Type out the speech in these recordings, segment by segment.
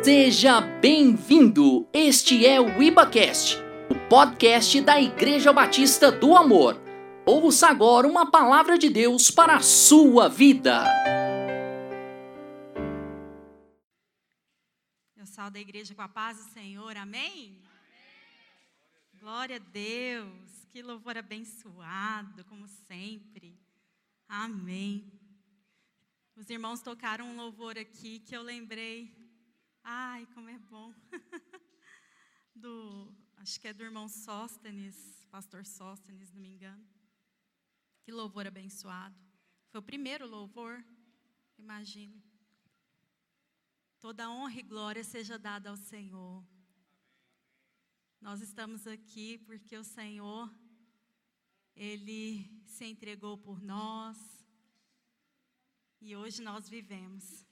Seja bem-vindo! Este é o IbaCast, o podcast da Igreja Batista do Amor. Ouça agora uma palavra de Deus para a sua vida. Eu saúdo a igreja com a paz do Senhor, amém? Glória a Deus, que louvor abençoado, como sempre, amém. Os irmãos tocaram um louvor aqui que eu lembrei, ai, como é bom, acho que é do irmão Sóstenes, pastor Sóstenes, não me engano. Que louvor abençoado, foi o primeiro louvor, imagino. Toda honra e glória seja dada ao Senhor. Nós estamos aqui porque o Senhor, Ele se entregou por nós. E hoje nós vivemos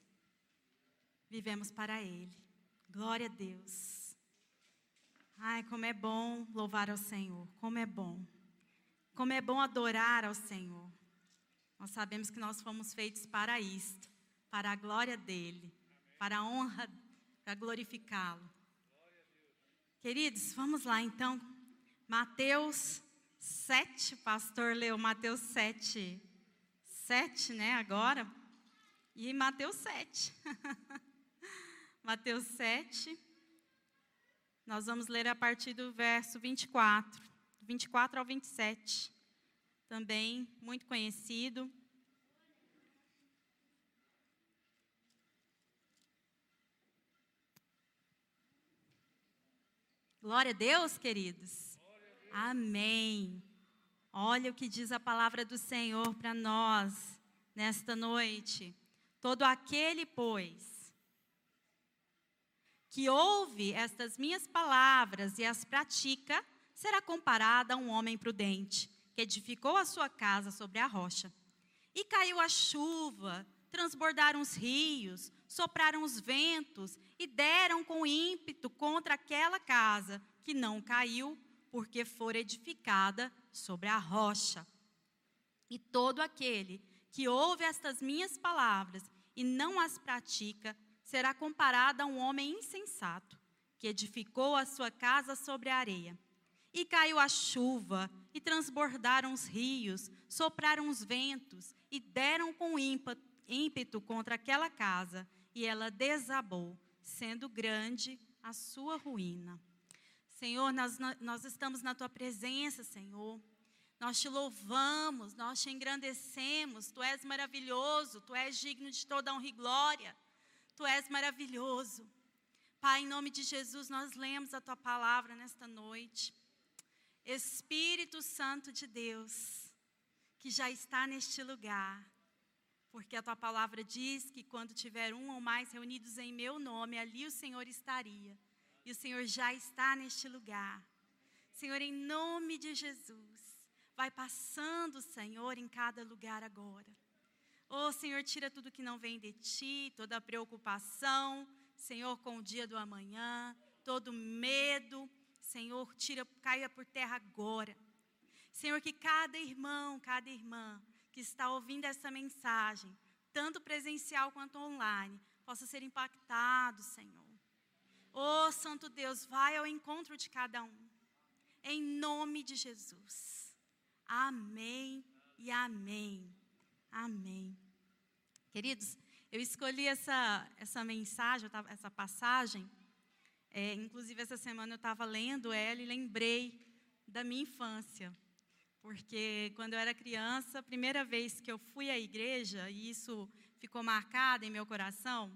para Ele. Glória a Deus. Ai, como é bom louvar ao Senhor, como é bom. Como é bom adorar ao Senhor. Nós sabemos que nós fomos feitos para isto, para a glória dEle, para a honra, para glorificá-lo. Queridos, vamos lá então. Mateus 7, pastor leu Mateus 7, né, agora. E Mateus 7. Mateus 7, nós vamos ler a partir do verso 24 ao 27. Também muito conhecido. Glória a Deus, queridos. Amém. Olha o que diz a palavra do Senhor para nós nesta noite. Todo aquele, pois, que ouve estas minhas palavras e as pratica, será comparado a um homem prudente, que edificou a sua casa sobre a rocha. E caiu a chuva, transbordaram os rios, sopraram os ventos e deram com ímpeto contra aquela casa, que não caiu, porque fora edificada sobre a rocha. E todo aquele que ouve estas minhas palavras e não as pratica, será comparado a um homem insensato, que edificou a sua casa sobre a areia. E caiu a chuva, e transbordaram os rios, sopraram os ventos, e deram com ímpeto contra aquela casa, e ela desabou, sendo grande a sua ruína. Senhor, nós estamos na Tua presença, Senhor. Nós Te louvamos, nós Te engrandecemos. Tu és maravilhoso, Tu és digno de toda honra e glória. Tu és maravilhoso. Pai, em nome de Jesus, nós lemos a Tua palavra nesta noite. Espírito Santo de Deus, que já está neste lugar, porque a Tua palavra diz que quando tiver um ou mais reunidos em meu nome, ali o Senhor estaria. E o Senhor já está neste lugar. Senhor, em nome de Jesus, vai passando, Senhor, em cada lugar agora. Oh, Senhor, tira tudo que não vem de Ti, toda a preocupação, Senhor, com o dia do amanhã, todo medo, Senhor, caia por terra agora. Senhor, que cada irmão, cada irmã que está ouvindo essa mensagem, tanto presencial quanto online, possa ser impactado, Senhor. Oh, Santo Deus, vai ao encontro de cada um. Em nome de Jesus. Amém e amém. Amém. Queridos, eu escolhi essa mensagem, essa passagem. Inclusive, essa semana eu estava lendo ela e lembrei da minha infância. Porque quando eu era criança, a primeira vez que eu fui à igreja, e isso ficou marcado em meu coração,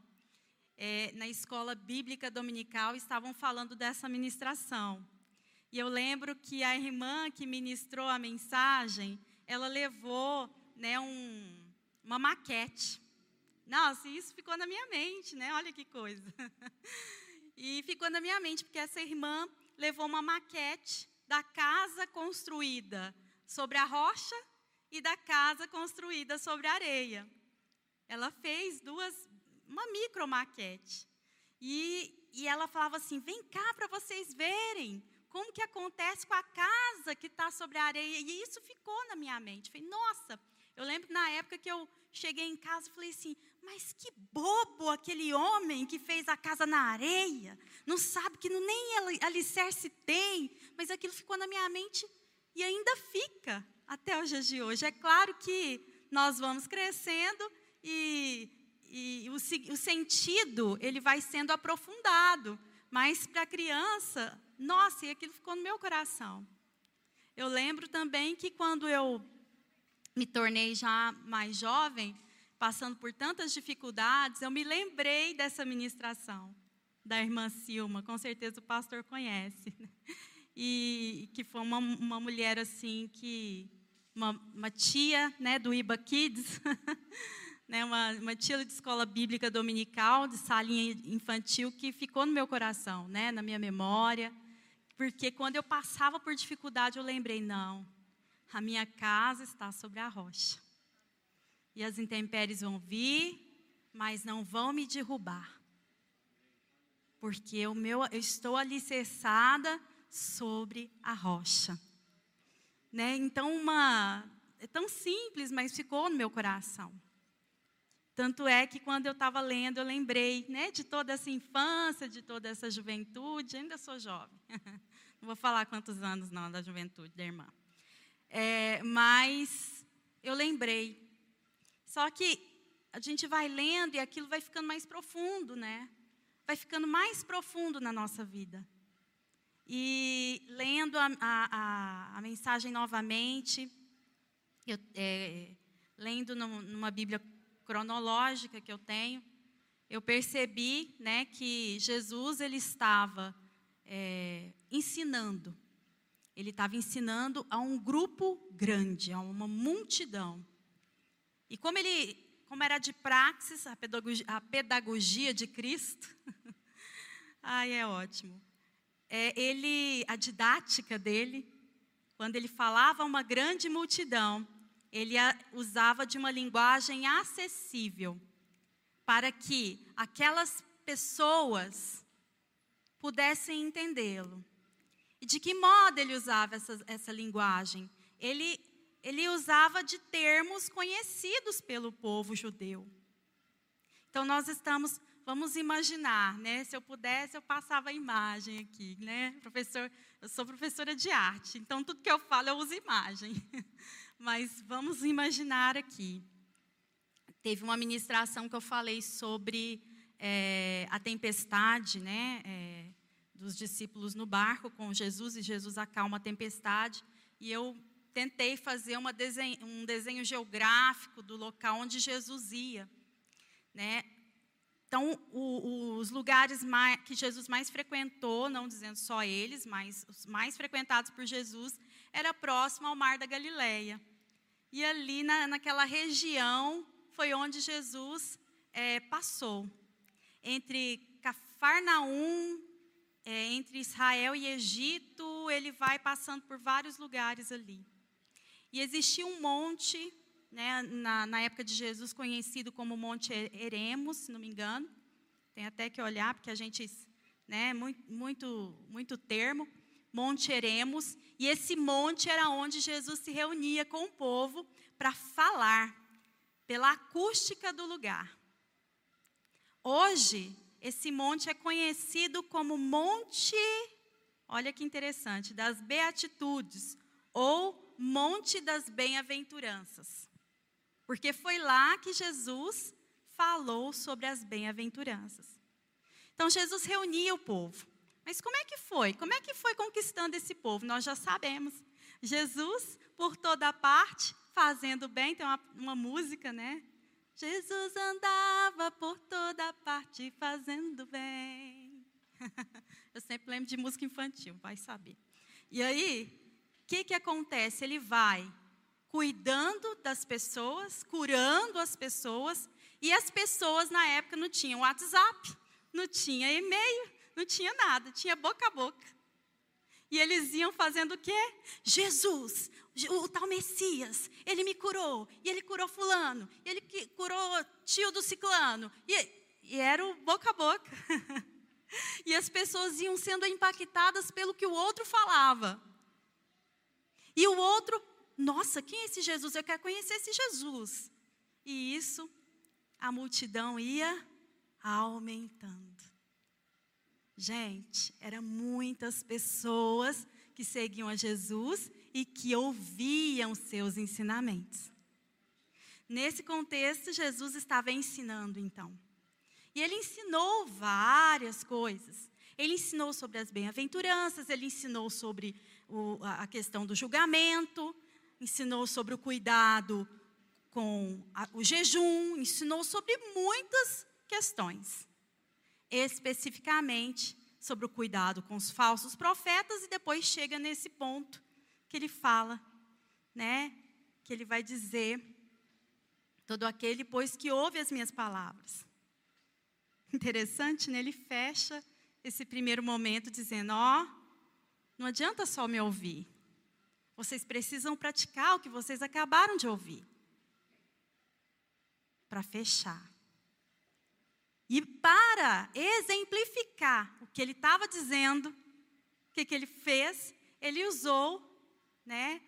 na escola bíblica dominical estavam falando dessa ministração. E eu lembro que a irmã que ministrou a mensagem, ela levou, né, uma maquete. Nossa, isso ficou na minha mente, né? Olha que coisa. E ficou na minha mente, porque essa irmã levou uma maquete da casa construída sobre a rocha e da casa construída sobre a areia. Ela fez uma micromaquete. E ela falava assim, vem cá para vocês verem como que acontece com a casa que está sobre a areia. E isso ficou na minha mente. Falei, nossa, eu lembro na época que eu cheguei em casa e falei assim, mas que bobo aquele homem que fez a casa na areia, não sabe que nem alicerce tem, mas aquilo ficou na minha mente e ainda fica até os dias de hoje. É claro que nós vamos crescendo e o sentido ele vai sendo aprofundado, mas para a criança, nossa, e aquilo ficou no meu coração. Eu lembro também que quando eu me tornei já mais jovem, passando por tantas dificuldades, eu me lembrei dessa ministração da irmã Silma, com certeza o pastor conhece, né? E que foi uma mulher assim, uma tia, né, do IBA Kids, né, uma tia de escola bíblica dominical, de salinha infantil, que ficou no meu coração, né, na minha memória, porque quando eu passava por dificuldade, eu lembrei, não, a minha casa está sobre a rocha. E as intempéries vão vir, mas não vão me derrubar. Porque eu estou alicerçada sobre a rocha. Né? Então, é tão simples, mas ficou no meu coração. Tanto é que quando eu estava lendo, eu lembrei, né, de toda essa infância, de toda essa juventude. Ainda sou jovem. Não vou falar quantos anos não da juventude da irmã. Mas eu lembrei. Só que a gente vai lendo e aquilo vai ficando mais profundo, né? Vai ficando mais profundo na nossa vida. E lendo a mensagem novamente, lendo numa Bíblia cronológica que eu tenho, eu percebi, né, que Jesus ele estava ensinando. Ele estava ensinando a um grupo grande, a uma multidão. E como era de praxis, a pedagogia de Cristo, ai, é ótimo. A didática dele, quando ele falava a uma grande multidão, ele usava de uma linguagem acessível, para que aquelas pessoas pudessem entendê-lo. E de que modo ele usava essa linguagem? Ele usava de termos conhecidos pelo povo judeu. Então, vamos imaginar, né? Se eu pudesse, eu passava a imagem aqui, né? Eu sou professora de arte, então tudo que eu falo eu uso imagem. Mas vamos imaginar aqui. Teve uma ministração que eu falei sobre a tempestade, né? Dos discípulos no barco com Jesus, e Jesus acalma a tempestade. E eu tentei fazer um desenho geográfico do local onde Jesus ia, né? Então, os lugares que Jesus mais frequentou, não dizendo só eles, mas os mais frequentados por Jesus, era próximo ao Mar da Galileia. E ali, naquela região, foi onde Jesus passou. Entre Cafarnaum, entre Israel e Egito, ele vai passando por vários lugares ali. E existia um monte, né, na época de Jesus, conhecido como Monte Eremos, se não me engano. Tem até que olhar, porque a gente, né, muito termo. Monte Eremos. E esse monte era onde Jesus se reunia com o povo para falar, pela acústica do lugar. Hoje, esse monte é conhecido como Monte, olha que interessante, das Beatitudes, ou Monte das Bem-aventuranças. Porque foi lá que Jesus falou sobre as bem-aventuranças. Então, Jesus reunia o povo. Mas como é que foi? Como é que foi conquistando esse povo? Nós já sabemos. Jesus, por toda parte, fazendo bem. Tem uma música, né? Jesus andava por toda parte, fazendo bem. Eu sempre lembro de música infantil, vai saber. E aí, o que acontece? Ele vai cuidando das pessoas, curando as pessoas, e as pessoas na época não tinham WhatsApp, não tinha e-mail, não tinha nada, tinha boca a boca. E eles iam fazendo o quê? Jesus, o tal Messias, ele me curou, e ele curou fulano, e ele curou tio do ciclano, e era o boca a boca. E as pessoas iam sendo impactadas pelo que o outro falava. E o outro, nossa, quem é esse Jesus? Eu quero conhecer esse Jesus. E isso a multidão ia aumentando. Gente, eram muitas pessoas que seguiam a Jesus e que ouviam seus ensinamentos. Nesse contexto, Jesus estava ensinando, então. E ele ensinou várias coisas. Ele ensinou sobre as bem-aventuranças, ele ensinou sobre a questão do julgamento, ensinou sobre o cuidado com o jejum, ensinou sobre muitas questões. Especificamente sobre o cuidado com os falsos profetas, e depois chega nesse ponto que ele fala, né? Que ele vai dizer, todo aquele, pois que ouve as minhas palavras. Interessante, né? Ele fecha esse primeiro momento dizendo, não adianta só me ouvir. Vocês precisam praticar o que vocês acabaram de ouvir. Para fechar. E para exemplificar o que ele estava dizendo, o que ele fez, ele usou, né,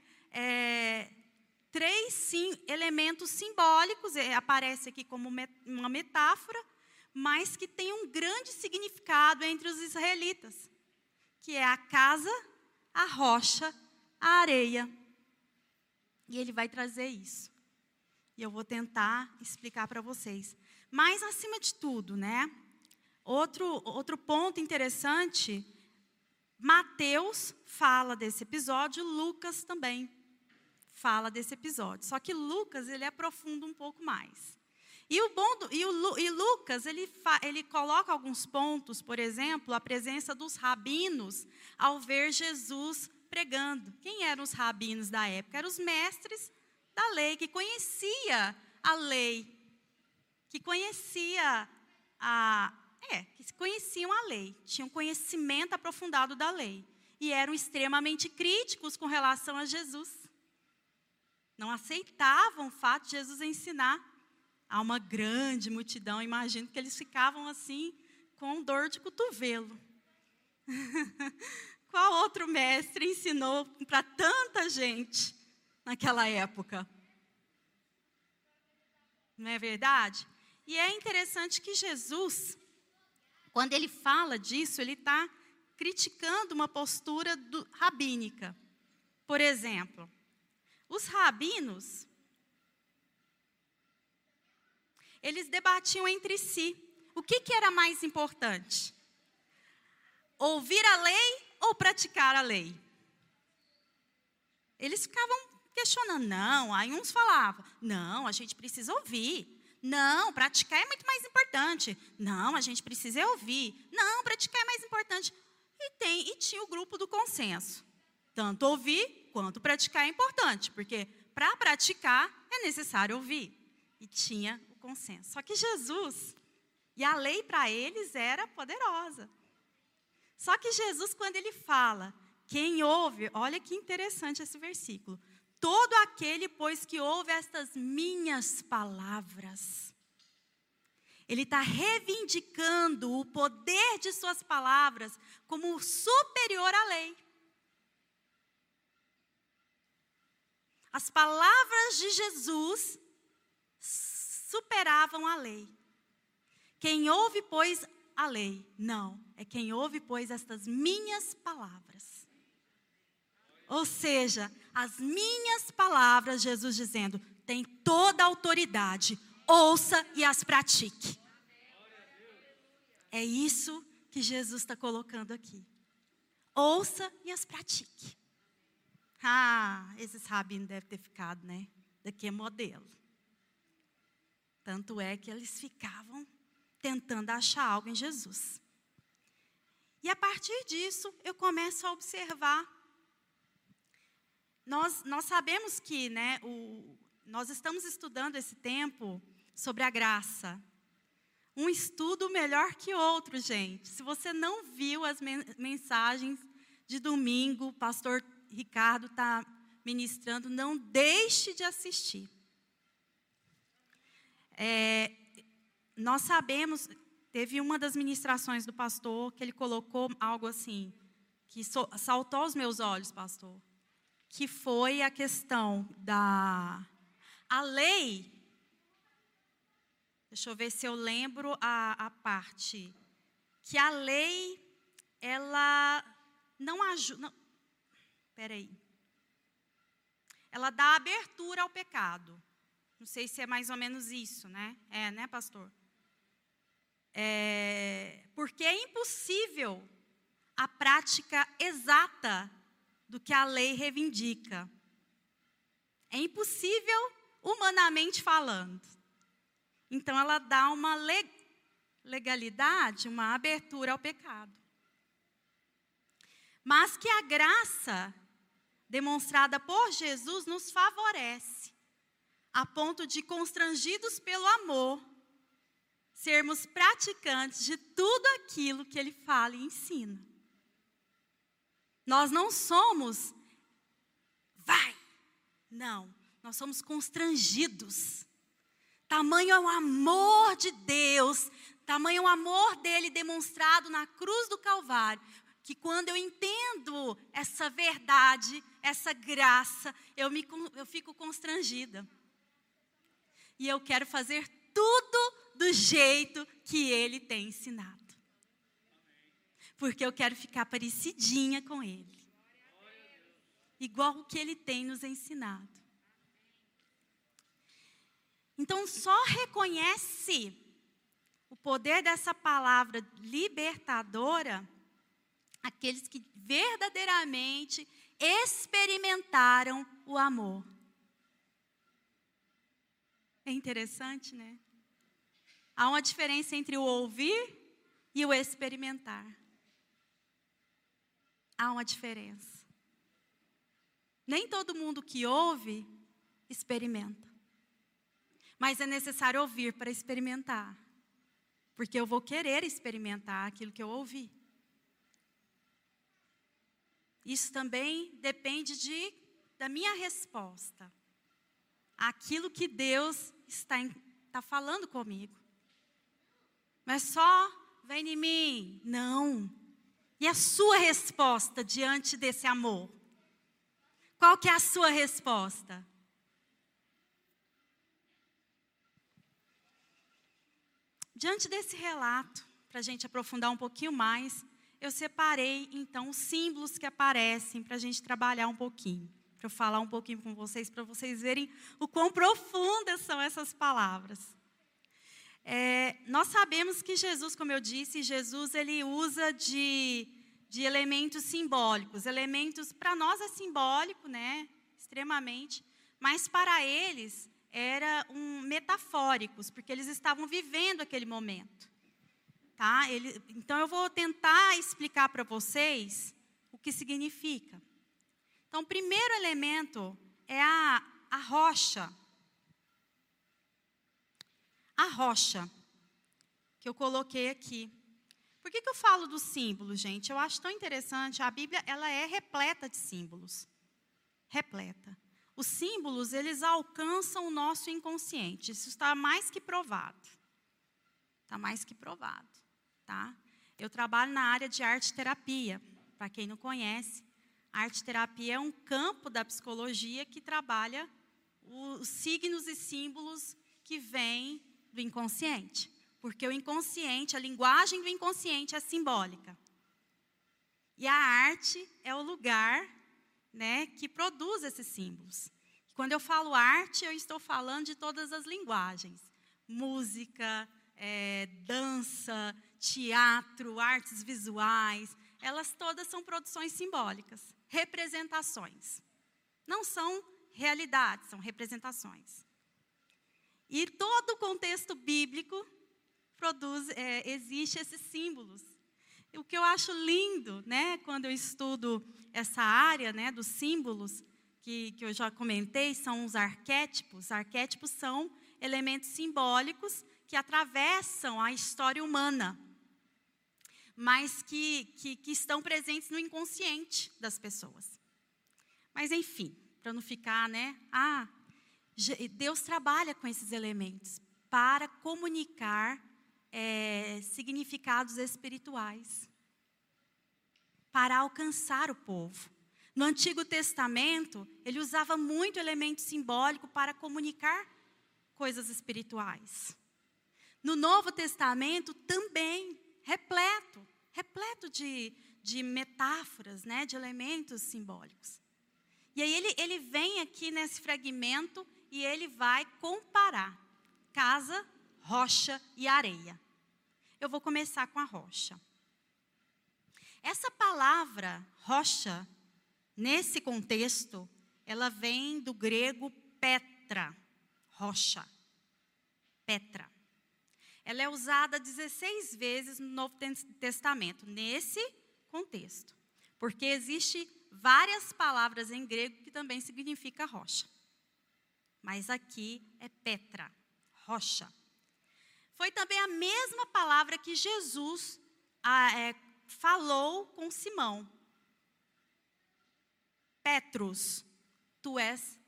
3 elementos simbólicos, aparece aqui como uma metáfora, mas que tem um grande significado entre os israelitas, que é a casa, a rocha, a areia. E ele vai trazer isso. E eu vou tentar explicar para vocês. Mas, acima de tudo, né? Outro ponto interessante, Mateus fala desse episódio, Lucas também fala desse episódio. Só que Lucas, ele aprofunda um pouco mais. E Lucas, ele coloca alguns pontos, por exemplo, a presença dos rabinos ao ver Jesus pregando. Quem eram os rabinos da época? Eram os mestres da lei, que conhecia a lei, que conheciam a lei, tinham conhecimento aprofundado da lei, e eram extremamente críticos com relação a Jesus. Não aceitavam o fato de Jesus ensinar a uma grande multidão. Imagino que eles ficavam assim, com dor de cotovelo. Qual outro mestre ensinou para tanta gente naquela época? Não é verdade? E é interessante que Jesus, quando ele fala disso, ele está criticando uma postura rabínica. Por exemplo, os rabinos, eles debatiam entre si. O que era mais importante? Ouvir a lei ou praticar a lei? Eles ficavam questionando, não. Aí uns falavam, não, a gente precisa ouvir. Não, praticar é muito mais importante. Não, a gente precisa ouvir. Não, praticar é mais importante. E tinha o grupo do consenso. Tanto ouvir quanto praticar é importante, porque para praticar é necessário ouvir. E tinha o consenso. Só que Jesus, e a lei para eles era poderosa. Só que Jesus, quando ele fala, quem ouve, olha que interessante esse versículo. Todo aquele, pois, que ouve estas minhas palavras. Ele está reivindicando o poder de suas palavras como superior à lei. As palavras de Jesus superavam a lei. Quem ouve, pois, a lei? Não, é quem ouve, pois, estas minhas palavras. Ou seja, as minhas palavras, Jesus dizendo, tem toda a autoridade, ouça e as pratique. É isso que Jesus está colocando aqui. Ouça e as pratique. Esses rabinos devem ter ficado, né? Daqui é modelo. Tanto é que eles ficavam tentando achar algo em Jesus. E a partir disso, eu começo a observar. Nós sabemos que, né, nós estamos estudando esse tempo sobre a graça. Um estudo melhor que outro, gente. Se você não viu as mensagens de domingo, o pastor Ricardo está ministrando, não deixe de assistir. Nós sabemos, teve uma das ministrações do pastor que ele colocou algo assim, que saltou aos meus olhos, pastor, que foi a questão a lei Deixa eu ver se eu lembro a parte. Que a lei, ela não ajuda. Peraí. Ela dá abertura ao pecado. Não sei se é mais ou menos isso, né? Né, pastor? Porque é impossível a prática exata do que a lei reivindica. É impossível humanamente falando. Então, ela dá uma legalidade, uma abertura ao pecado. Mas que a graça demonstrada por Jesus nos favorece, a ponto de, constrangidos pelo amor, sermos praticantes de tudo aquilo que Ele fala e ensina. Nós não somos, não, nós somos constrangidos. Tamanho é o amor de Deus, tamanho é o amor dele demonstrado na cruz do Calvário, que quando eu entendo essa verdade, essa graça, eu fico constrangida. E eu quero fazer tudo do jeito que ele tem ensinado. Porque eu quero ficar parecidinha com ele. Igual o que ele tem nos ensinado. Então, só reconhece o poder dessa palavra libertadora aqueles que verdadeiramente experimentaram o amor. É interessante, né? Há uma diferença entre o ouvir e o experimentar. Há uma diferença. Nem todo mundo que ouve, experimenta. Mas é necessário ouvir para experimentar. Porque eu vou querer experimentar aquilo que eu ouvi. Isso também depende da minha resposta. Aquilo que Deus está falando comigo. Mas só vem em mim. Não. E a sua resposta diante desse amor? Qual que é a sua resposta? Diante desse relato, para a gente aprofundar um pouquinho mais, eu separei, então, os símbolos que aparecem para a gente trabalhar um pouquinho. Para eu falar um pouquinho com vocês, para vocês verem o quão profundas são essas palavras. Nós sabemos que Jesus, como eu disse, Jesus ele usa de elementos simbólicos. Elementos, para nós é simbólico, né? Extremamente. Mas para eles eram metafóricos, porque eles estavam vivendo aquele momento. Tá? Então eu vou tentar explicar para vocês o que significa. Então, o primeiro elemento é a rocha. A rocha, que eu coloquei aqui. Por que eu falo dos símbolos, gente? Eu acho tão interessante. A Bíblia ela é repleta de símbolos. Repleta. Os símbolos, eles alcançam o nosso inconsciente. Isso está mais que provado. Está mais que provado. Tá? Eu trabalho na área de arte-terapia. Para quem não conhece, a arte-terapia é um campo da psicologia que trabalha os signos e símbolos que vêm do inconsciente. Porque o inconsciente, a linguagem do inconsciente é simbólica. E a arte é o lugar, né, que produz esses símbolos. Quando eu falo arte, eu estou falando de todas as linguagens. Música, dança, teatro, artes visuais. Elas todas são produções simbólicas, representações. Não são realidades, são representações. E todo o contexto bíblico existe esses símbolos. O que eu acho lindo, né, quando eu estudo essa área, né, dos símbolos, que eu já comentei, são os arquétipos. Arquétipos são elementos simbólicos que atravessam a história humana, mas que estão presentes no inconsciente das pessoas. Mas, enfim, para não ficar, né, Deus trabalha com esses elementos para comunicar significados espirituais, para alcançar o povo. No Antigo Testamento, ele usava muito elemento simbólico para comunicar coisas espirituais. No Novo Testamento também, repleto de metáforas, né, de elementos simbólicos. E aí ele vem aqui nesse fragmento e ele vai comparar casa, rocha e areia. Eu vou começar com a rocha. Essa palavra rocha, nesse contexto, ela vem do grego petra, rocha, petra. Ela é usada 16 vezes no Novo Testamento, nesse contexto. Porque existe várias palavras em grego que também significa rocha. Mas aqui é petra, rocha. Foi também a mesma palavra que Jesus falou com Simão. Petrus, tu és...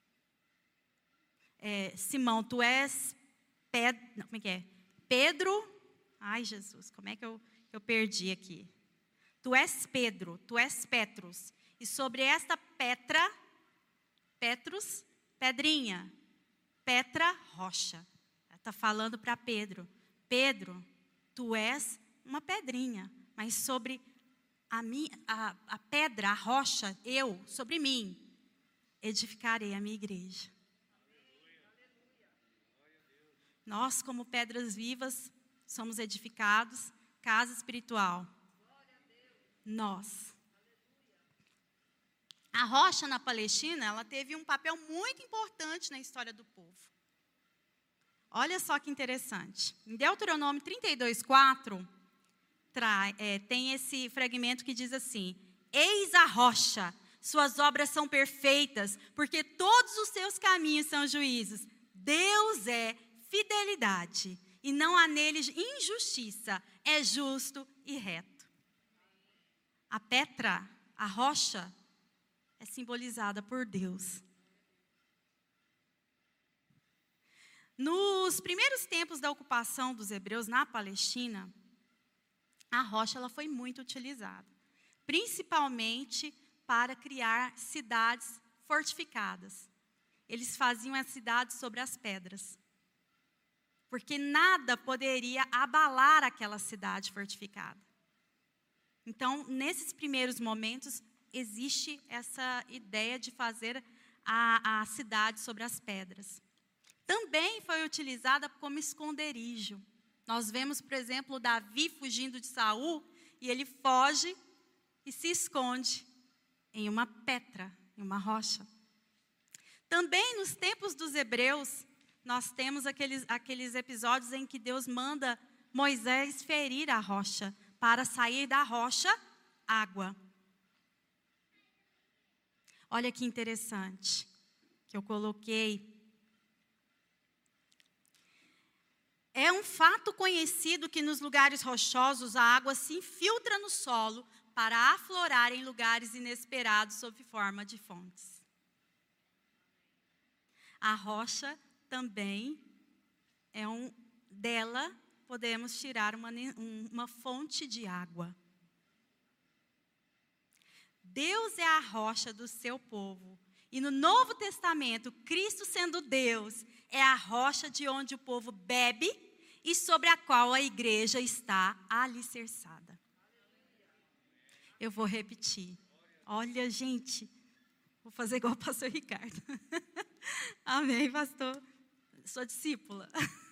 Simão, tu és... como é que é? Pedro... Ai, Jesus, como é que eu perdi aqui? Tu és Pedro, tu és Petrus. E sobre esta Petra, Petrus, pedrinha. Petra, rocha. Ela está falando para Pedro. Pedro, tu és uma pedrinha. Mas sobre a pedra, a rocha, sobre mim, edificarei a minha igreja. Nós, como pedras vivas, somos edificados, casa espiritual. Nós. A rocha na Palestina, ela teve um papel muito importante na história do povo. Olha só que interessante. Em Deuteronômio 32:4, tem esse fragmento que diz assim: eis a rocha, suas obras são perfeitas, porque todos os seus caminhos são juízos. Deus é fidelidade, e não há nele injustiça, é justo e reto. A Petra, a rocha, é simbolizada por Deus. Nos primeiros tempos da ocupação dos hebreus na Palestina, a rocha ela foi muito utilizada, principalmente para criar cidades fortificadas. Eles faziam as cidades sobre as pedras, porque nada poderia abalar aquela cidade fortificada. Então, nesses primeiros momentos, existe essa ideia de fazer a cidade sobre as pedras. Também foi utilizada como esconderijo. Nós vemos, por exemplo, Davi fugindo de Saul, e ele foge e se esconde em uma pedra, em uma rocha. Também nos tempos dos hebreus, nós temos aqueles episódios em que Deus manda Moisés ferir a rocha, para sair da rocha água. Olha que interessante, que eu coloquei. É um fato conhecido que nos lugares rochosos a água se infiltra no solo para aflorar em lugares inesperados sob forma de fontes. A rocha também dela podemos tirar uma fonte de água. Deus é a rocha do seu povo. E no Novo Testamento, Cristo sendo Deus, é a rocha de onde o povo bebe e sobre a qual a igreja está alicerçada. Eu vou repetir. Olha, gente, vou fazer igual o pastor Ricardo. Amém, pastor? Sou discípula.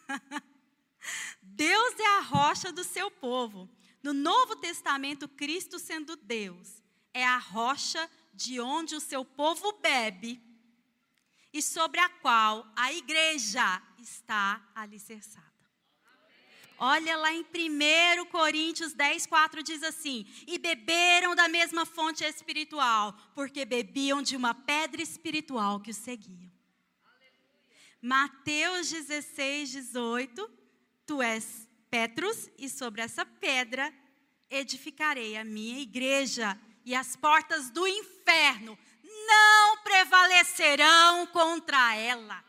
Deus é a rocha do seu povo. No Novo Testamento, Cristo sendo Deus, é a rocha de onde o seu povo bebe e sobre a qual a igreja está alicerçada. Olha lá em 1 Coríntios 10:4 diz assim: e beberam da mesma fonte espiritual, porque bebiam de uma pedra espiritual que os seguia. Mateus 16:18, tu és Petrus, e sobre essa pedra edificarei a minha igreja, e as portas do inferno não prevalecerão contra ela.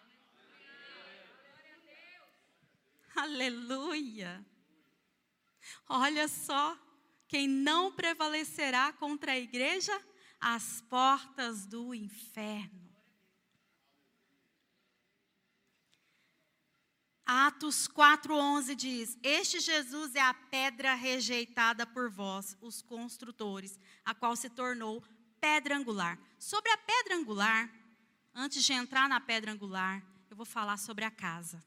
Aleluia. Olha só, quem não prevalecerá contra a igreja? As portas do inferno. Atos 4:11 diz: este Jesus é a pedra rejeitada por vós, os construtores, a qual se tornou pedra angular. Sobre a pedra angular, antes de entrar na pedra angular, eu vou falar sobre a casa.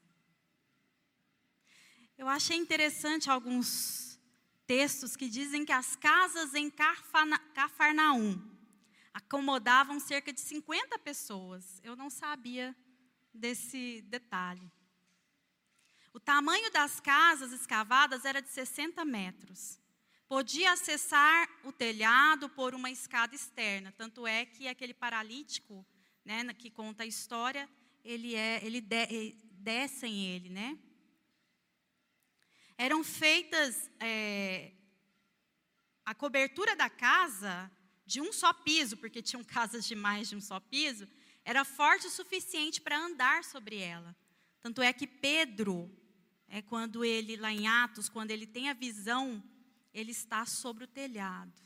Eu achei interessante alguns textos que dizem que as casas em Cafarnaum acomodavam cerca de 50 pessoas. Eu não sabia desse detalhe. O tamanho das casas escavadas era de 60 metros. Podia acessar o telhado por uma escada externa. Tanto é que aquele paralítico, né, que conta a história, descem ele, né? Eram feitas a cobertura da casa de um só piso, porque tinham casas de mais de um só piso, era forte o suficiente para andar sobre ela. Tanto é que Pedro, quando ele, lá em Atos, quando ele tem a visão, ele está sobre o telhado.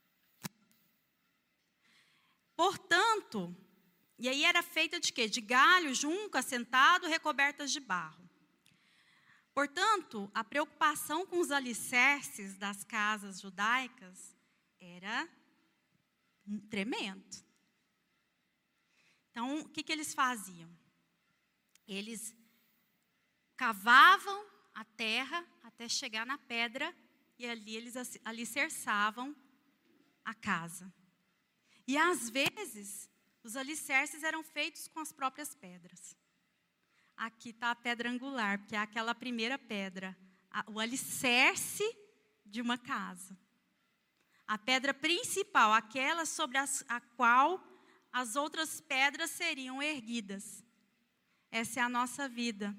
Portanto, e aí era feita de quê? De galho, junco, assentado, recobertas de barro. Portanto, a preocupação com os alicerces das casas judaicas era tremendo. Então, o que eles faziam? Eles cavavam a terra até chegar na pedra e ali eles alicerçavam a casa. E às vezes, os alicerces eram feitos com as próprias pedras. Aqui está a pedra angular, porque é aquela primeira pedra, o alicerce de uma casa. A pedra principal, aquela sobre a qual as outras pedras seriam erguidas. Essa é a nossa vida.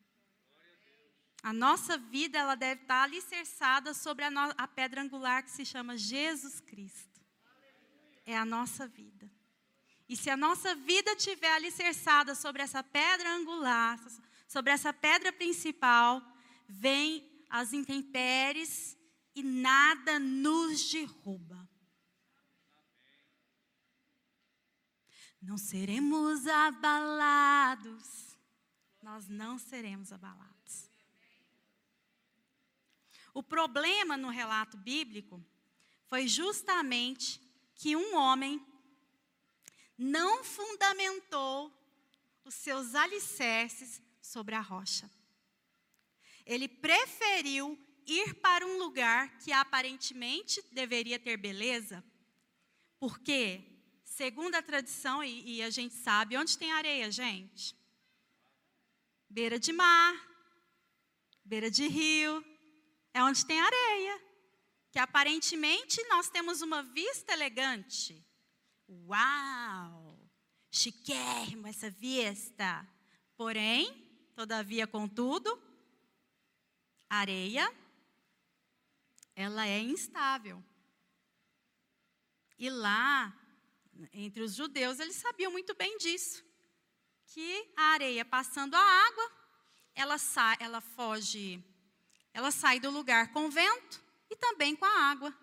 A nossa vida, ela deve estar alicerçada sobre a pedra angular que se chama Jesus Cristo. É a nossa vida. E se a nossa vida estiver alicerçada sobre essa pedra angular, sobre essa pedra principal, vem as intempéries e nada nos derruba. Não seremos abalados. Nós não seremos abalados. O problema no relato bíblico foi justamente que um homem não fundamentou os seus alicerces sobre a rocha. Ele preferiu ir para um lugar que aparentemente deveria ter beleza, porque, segundo a tradição, e a gente sabe, onde tem areia, gente? Beira de mar, beira de rio, é onde tem areia. Que aparentemente nós temos uma vista elegante. Uau! Chiquérrimo essa vista. Porém, todavia, contudo, areia, ela é instável. E lá, entre os judeus, eles sabiam muito bem disso. Que a areia, passando a água, ela sai do lugar com o vento e também com a água.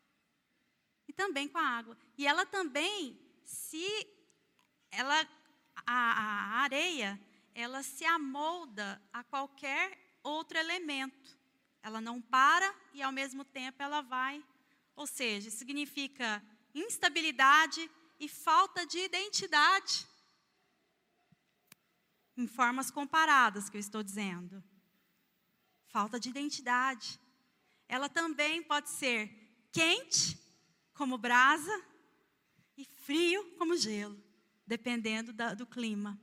E ela também, a areia, ela se amolda a qualquer outro elemento. Ela não para e, ao mesmo tempo, ela vai. Ou seja, significa instabilidade e falta de identidade. Em formas comparadas, que eu estou dizendo. Falta de identidade. Ela também pode ser quente, como brasa, e frio como gelo, dependendo do clima.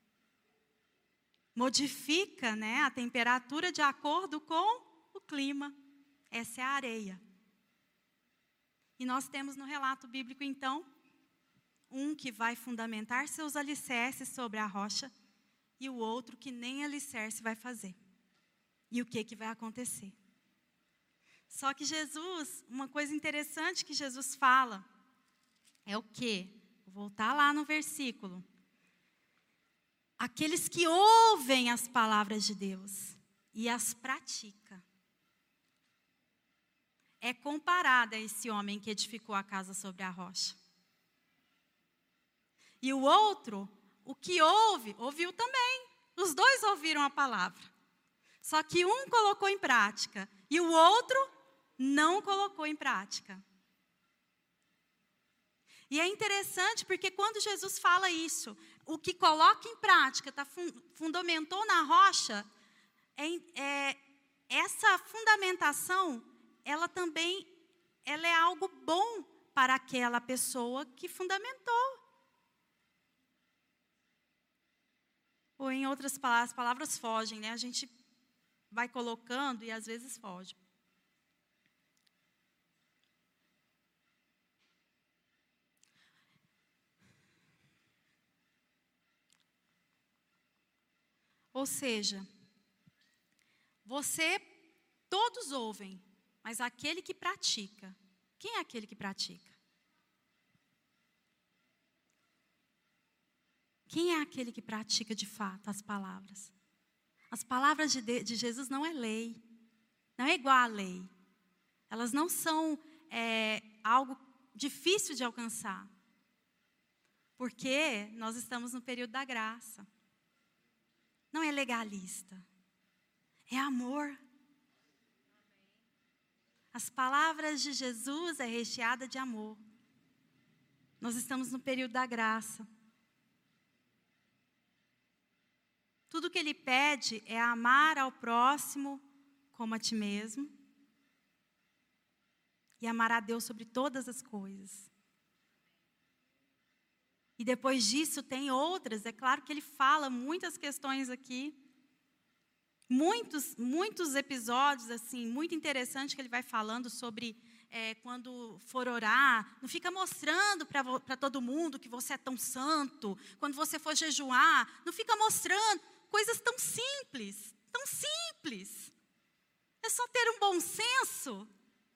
Modifica, né, a temperatura de acordo com o clima. Essa é a areia. E nós temos no relato bíblico, então, um que vai fundamentar seus alicerces sobre a rocha e o outro que nem alicerce vai fazer. E o que vai acontecer? Só que Jesus, uma coisa interessante que Jesus fala, é o quê? Vou voltar lá no versículo. Aqueles que ouvem as palavras de Deus e as praticam. É comparado a esse homem que edificou a casa sobre a rocha. E o outro, o que ouviu também. Os dois ouviram a palavra. Só que um colocou em prática e o outro não colocou em prática. E é interessante porque quando Jesus fala isso, o que coloca em prática, fundamentou na rocha, essa fundamentação, ela é algo bom para aquela pessoa que fundamentou. Ou em outras palavras, as palavras fogem, né? A gente vai colocando e às vezes foge. Ou seja, todos ouvem, mas aquele que pratica, quem é aquele que pratica? Quem é aquele que pratica de fato as palavras? As palavras de Jesus não é lei, não é igual à lei. Elas não são algo difícil de alcançar, porque nós estamos no período da graça. Não é legalista, é amor. As palavras de Jesus é recheada de amor. Nós estamos no período da graça. Tudo que Ele pede é amar ao próximo como a ti mesmo e amar a Deus sobre todas as coisas. E depois disso tem outras, é claro que Ele fala muitas questões aqui, muitos episódios assim, muito interessante que Ele vai falando sobre quando for orar, não fica mostrando para todo mundo que você é tão santo, quando você for jejuar, não fica mostrando coisas tão simples, é só ter um bom senso.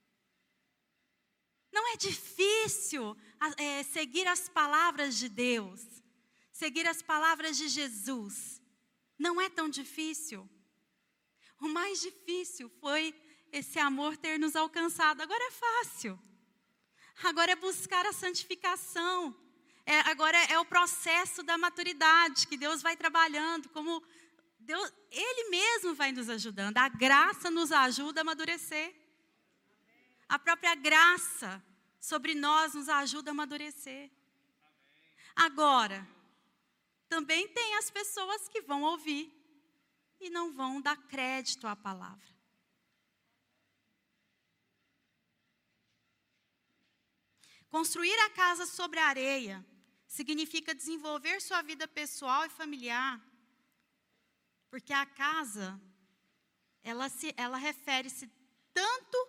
Não é difícil seguir as palavras de Deus, seguir as palavras de Jesus. Não é tão difícil. O mais difícil foi esse amor ter nos alcançado. Agora é fácil. Agora é buscar a santificação. Agora é o processo da maturidade que Deus vai trabalhando. Como Deus, Ele mesmo vai nos ajudando. A graça nos ajuda a amadurecer. A própria graça sobre nós nos ajuda a amadurecer. Agora, também tem as pessoas que vão ouvir e não vão dar crédito à palavra. Construir a casa sobre a areia significa desenvolver sua vida pessoal e familiar, porque a casa, ela refere-se tanto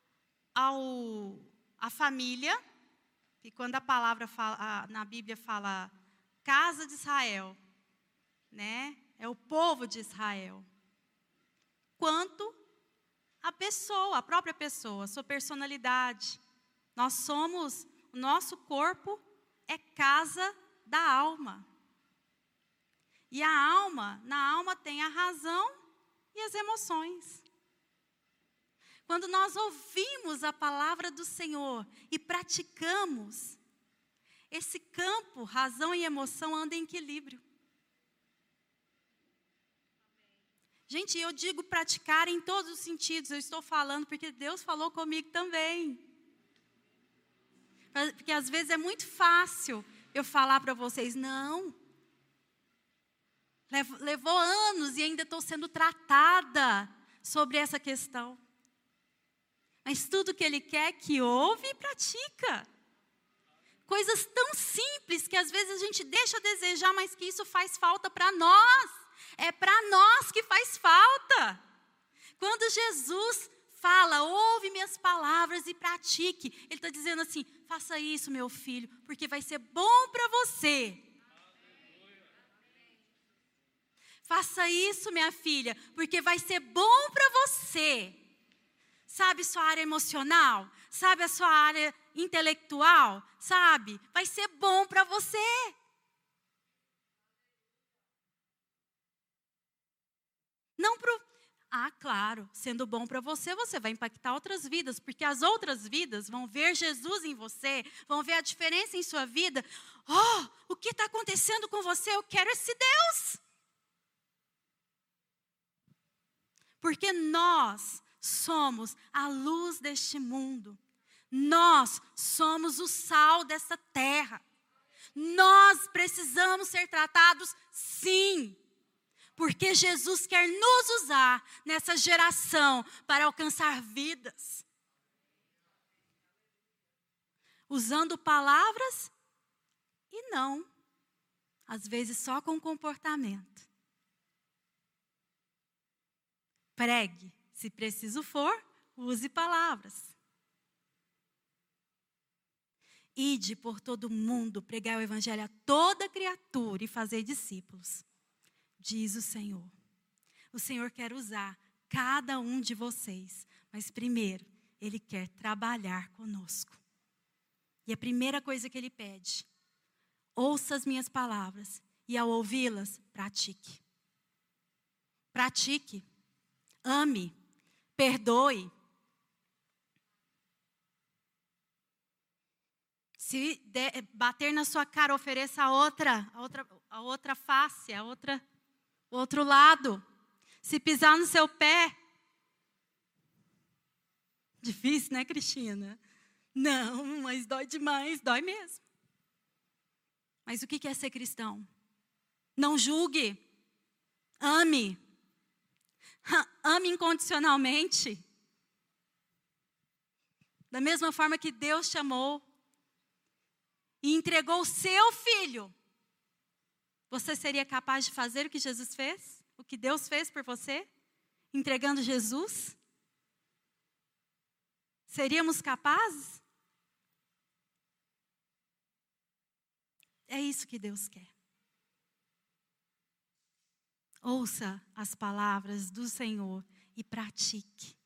à família, que quando a palavra na Bíblia fala casa de Israel, né? É o povo de Israel. Quanto a pessoa, a própria pessoa, sua personalidade. O nosso corpo é casa da alma. E na alma tem a razão e as emoções. Quando nós ouvimos a palavra do Senhor e praticamos, esse campo, razão e emoção, anda em equilíbrio. Gente, eu digo praticar em todos os sentidos, eu estou falando porque Deus falou comigo também. Porque às vezes é muito fácil eu falar para vocês, não. Levou anos e ainda estou sendo tratada sobre essa questão. Mas tudo que Ele quer é que ouve e pratica. Coisas tão simples que às vezes a gente deixa a desejar, mas que isso faz falta para nós. É para nós que faz falta. Quando Jesus fala, ouve minhas palavras e pratique, Ele está dizendo assim, faça isso, meu filho, porque vai ser bom para você. Faça isso, minha filha, porque vai ser bom para você. Sabe sua área emocional? Sabe a sua área intelectual? Sabe? Vai ser bom para você. Não pro... Ah, claro, sendo bom para você, você vai impactar outras vidas, porque as outras vidas vão ver Jesus em você, vão ver a diferença em sua vida. Oh, o que está acontecendo com você? Eu quero esse Deus. Porque nós somos a luz deste mundo. Nós somos o sal dessa terra. Nós precisamos ser tratados, sim. Porque Jesus quer nos usar nessa geração para alcançar vidas. Usando palavras e não. Às vezes só com comportamento. Pregue, se preciso for, use palavras. Ide por todo o mundo, pregar o evangelho a toda criatura e fazer discípulos, diz o Senhor. O Senhor quer usar cada um de vocês, mas primeiro, Ele quer trabalhar conosco. E a primeira coisa que Ele pede, ouça as minhas palavras e ao ouvi-las, pratique. Pratique, ame, perdoe. Se bater na sua cara, ofereça a outra face, o outro lado. Se pisar no seu pé. Difícil, né, Cristina? Não, mas dói demais, dói mesmo. Mas o que é ser cristão? Não julgue. Ame. Ame incondicionalmente. Da mesma forma que Deus te amou. E entregou o seu filho. Você seria capaz de fazer o que Jesus fez? O que Deus fez por você? Entregando Jesus? Seríamos capazes? É isso que Deus quer. Ouça as palavras do Senhor e pratique.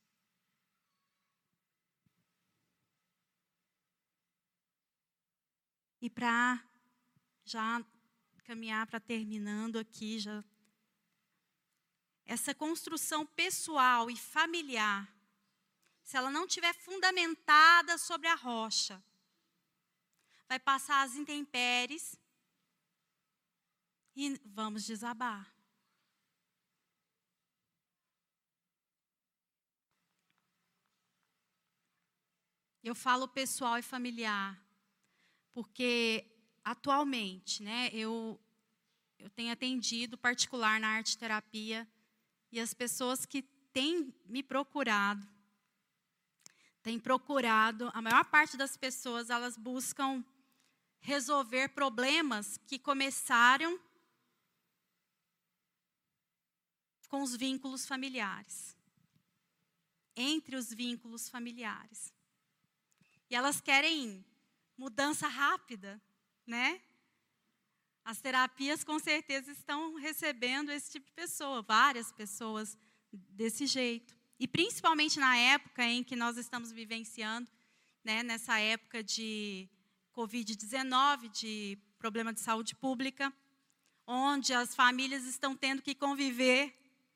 E para já caminhar para terminando aqui, essa construção pessoal e familiar, se ela não estiver fundamentada sobre a rocha, vai passar as intempéries e vamos desabar. Eu falo pessoal e familiar, porque atualmente, né, eu tenho atendido particular na arte terapia e as pessoas que têm me procurado, a maior parte das pessoas, elas buscam resolver problemas que começaram com os vínculos familiares. Entre os vínculos familiares. E elas querem mudança rápida, né? As terapias com certeza estão recebendo esse tipo de pessoa, várias pessoas desse jeito. E principalmente na época em que nós estamos vivenciando, né, nessa época de Covid-19, de problema de saúde pública, onde as famílias estão tendo que conviver,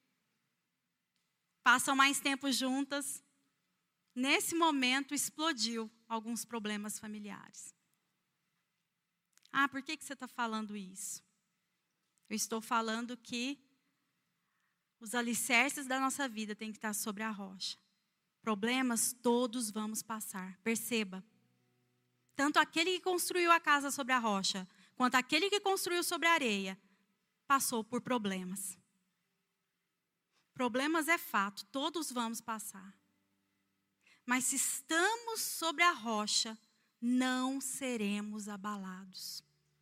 passam mais tempo juntas. Nesse momento explodiu alguns problemas familiares. Ah, por que você está falando isso? Eu estou falando que os alicerces da nossa vida têm que estar sobre a rocha. Problemas todos vamos passar. Perceba. Tanto aquele que construiu a casa sobre a rocha, quanto aquele que construiu sobre a areia, passou por problemas. Problemas é fato, todos vamos passar. Mas se estamos sobre a rocha, não seremos abalados.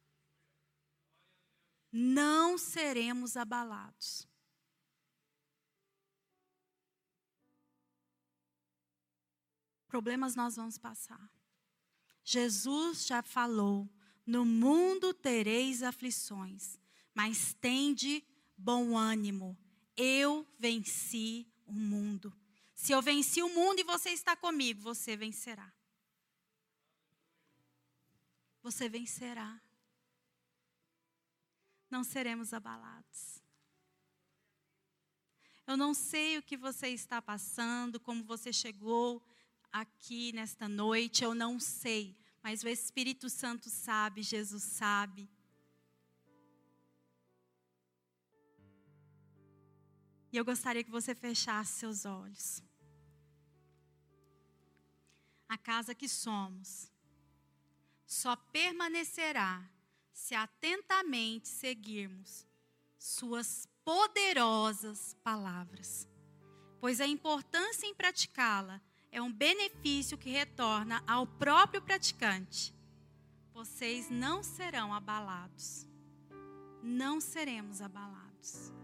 Não seremos abalados. Problemas nós vamos passar. Jesus já falou, no mundo tereis aflições, mas tende bom ânimo. Eu venci o mundo. Se eu venci o mundo e você está comigo, você vencerá. Você vencerá. Não seremos abalados. Eu não sei o que você está passando, como você chegou aqui nesta noite, eu não sei. Mas o Espírito Santo sabe, Jesus sabe. E eu gostaria que você fechasse seus olhos. A casa que somos só permanecerá se atentamente seguirmos suas poderosas palavras. Pois a importância em praticá-la é um benefício que retorna ao próprio praticante. Vocês não serão abalados. Não seremos abalados.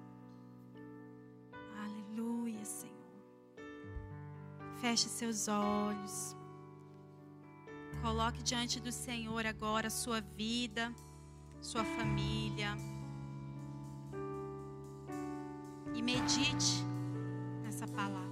Aleluia, Senhor. Feche seus olhos. Coloque diante do Senhor agora a sua vida, sua família. E medite nessa palavra.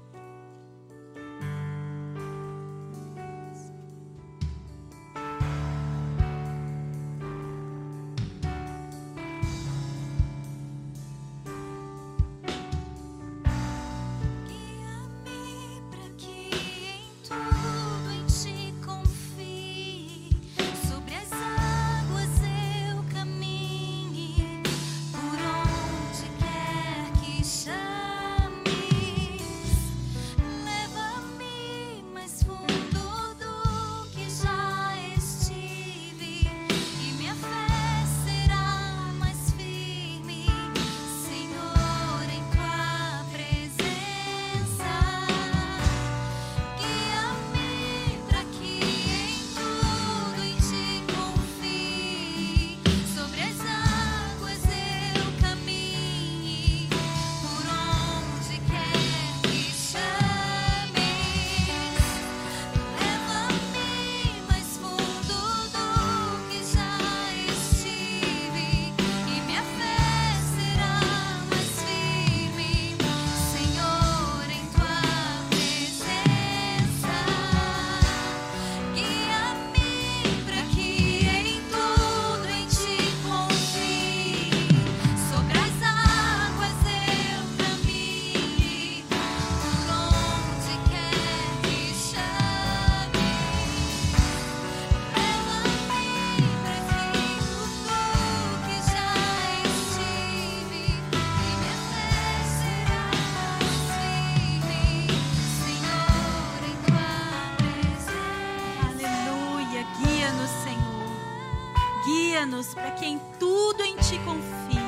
Guia-nos para que em tudo em Ti confie.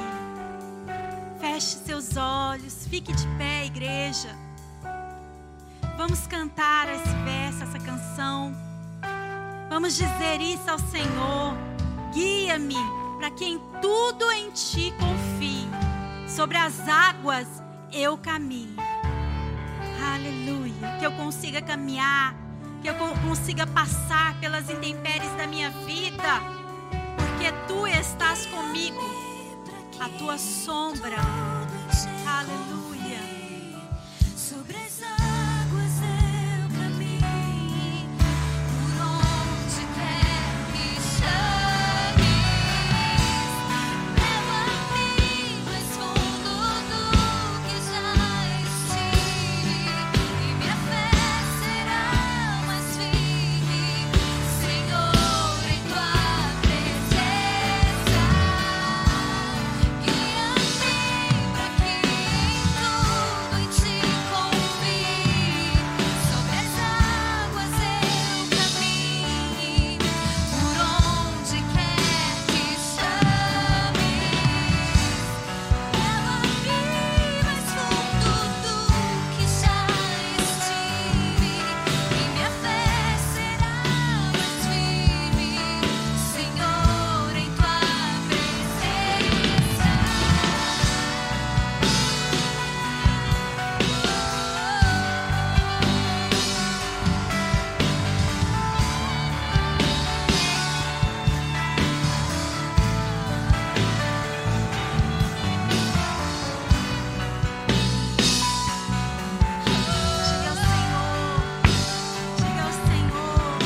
Feche seus olhos, fique de pé, igreja. Vamos cantar esse verso, essa canção. Vamos dizer isso ao Senhor. Guia-me para que em tudo em Ti confie. Sobre as águas eu caminho. Aleluia. Que eu consiga caminhar, que eu consiga passar pelas intempéries da minha vida. Porque Tu estás comigo, a Tua sombra, aleluia. Sobre as águas eu caminho, por onde quer que chames, leva-me mais fundo do que já estive, e minha fé será mais firme, Senhor, em Tua presença. Guia-me para que em tudo em Ti confie. Sobre as águas eu caminho, por onde quer que chames, leva-me mais fundo do que já estive, e minha fé será mais firme, Senhor, em Tua presença. Diga ao Senhor, diga ao Senhor.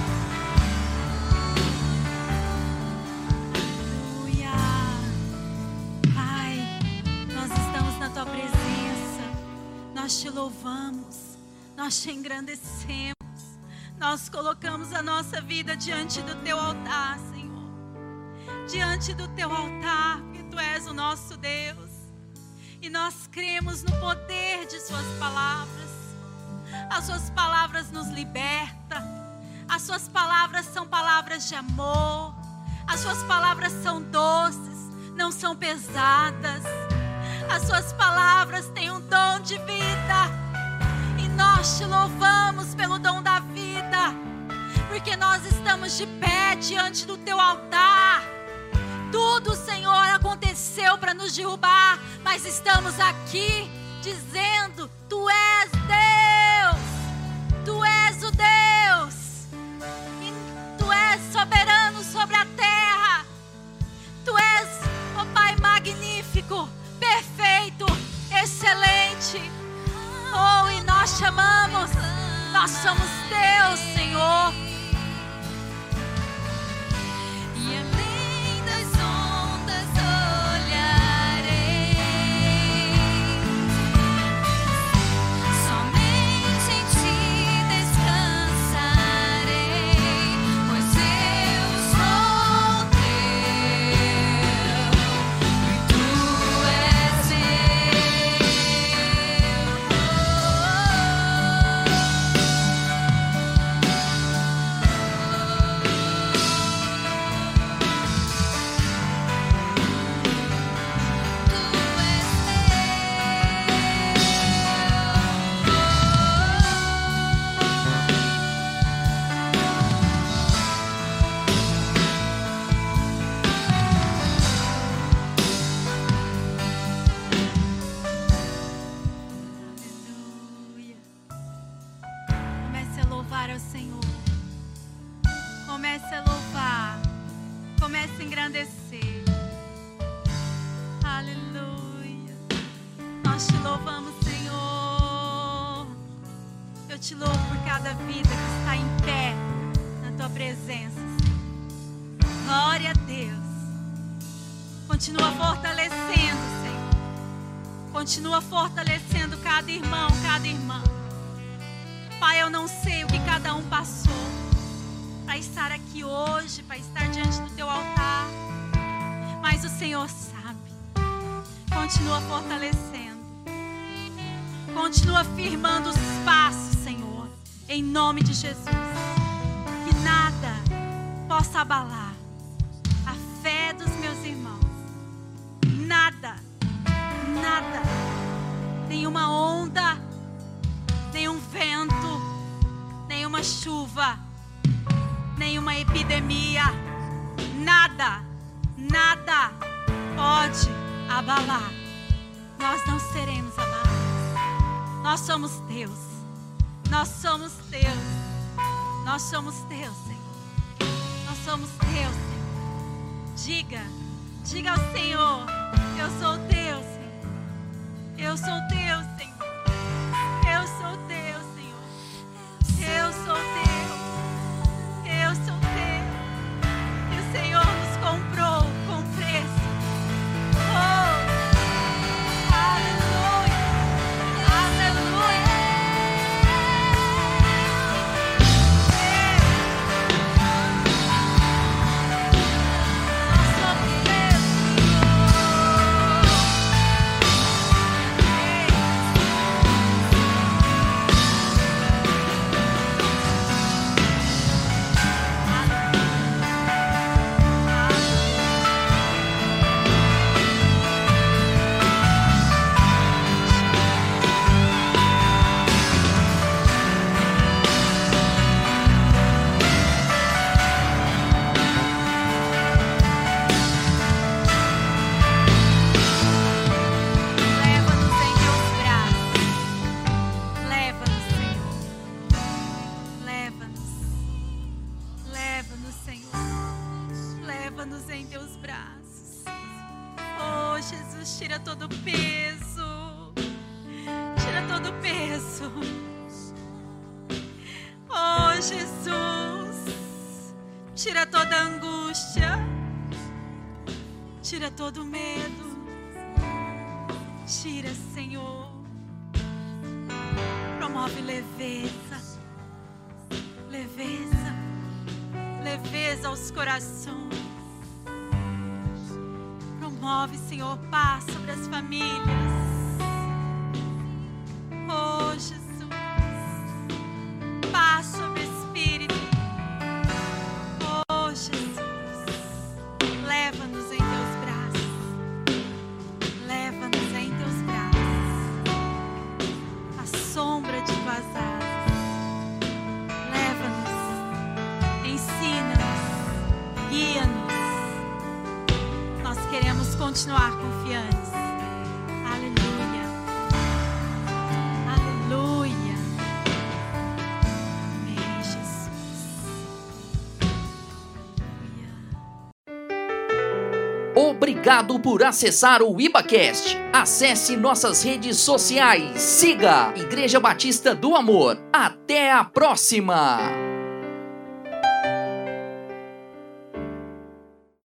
Aleluia. Pai, nós estamos na Tua presença. Nós Te louvamos, nós Te engrandecemos. Nós colocamos a nossa vida diante do Teu altar, Senhor. Diante do Teu altar, porque Tu és o nosso Deus. E nós cremos no poder de suas palavras. As suas palavras nos libertam. As suas palavras são palavras de amor. As suas palavras são doces, não são pesadas. As suas palavras têm um dom de vida. E nós te louvamos pelo dom da vida, porque nós estamos de pé diante do teu altar. Tudo, Senhor, aconteceu para nos derrubar, mas estamos aqui dizendo: Tu és Deus, Tu és o Deus, e Tu és soberano sobre a terra. Tu és, ó Pai, magnífico, perfeito, excelente. Oh, e nós te amamos, nós somos Teus, Senhor. E além das ondas olharei, somente em Ti descansarei, pois eu sou Teu e Tu és Aleluia. Comece a louvar ao Senhor. Comece a louvar. Comece a engrandecer. Aleluia. Nós te louvamos, Senhor. Eu te louvo por cada vida que está em pé na tua presença, Senhor. Glória a Deus. Continua fortalecendo, Senhor. Continua fortalecendo cada irmão, cada irmã. Pai, eu não sei o que cada um passou para estar aqui hoje, para estar diante do teu altar, mas o Senhor sabe. Continua fortalecendo. Continua firmando os passos, Senhor, em nome de Jesus. Que nada possa abalar a fé dos meus irmãos. Nada, nada, nenhuma onda, nenhum vento, nenhuma chuva, nenhuma epidemia, nada, nada pode abalar. Nós não seremos abalados. Nós somos Deus. Nós somos Deus. Nós somos Deus, Senhor. Nós somos Deus, Senhor. Diga ao Senhor: eu sou Deus, Senhor. Eu sou Deus, Senhor. Eu sou Deus, Senhor. Eu sou Deus. Eu sou Deus. E o Senhor nos comprou com preço. Oh, aleluia. Aleluia. Nós somos Deus, leva-nos em teus braços. Leva-nos, Senhor. Leva-nos. Leva-nos, Senhor. Leva-nos em teus braços. Oh, Jesus, tira todo o peso. Tira todo o peso. Oh, Jesus, tira toda a angústia. Tira todo o medo. Tira, Senhor. Promove leveza. Leveza. Leveza aos corações. Promove, Senhor, paz sobre as famílias. continuar confiantes. Aleluia. Aleluia. Amém, Jesus. Obrigado por acessar o IbaCast. Acesse nossas redes sociais. Siga Igreja Batista do Amor. Até a próxima!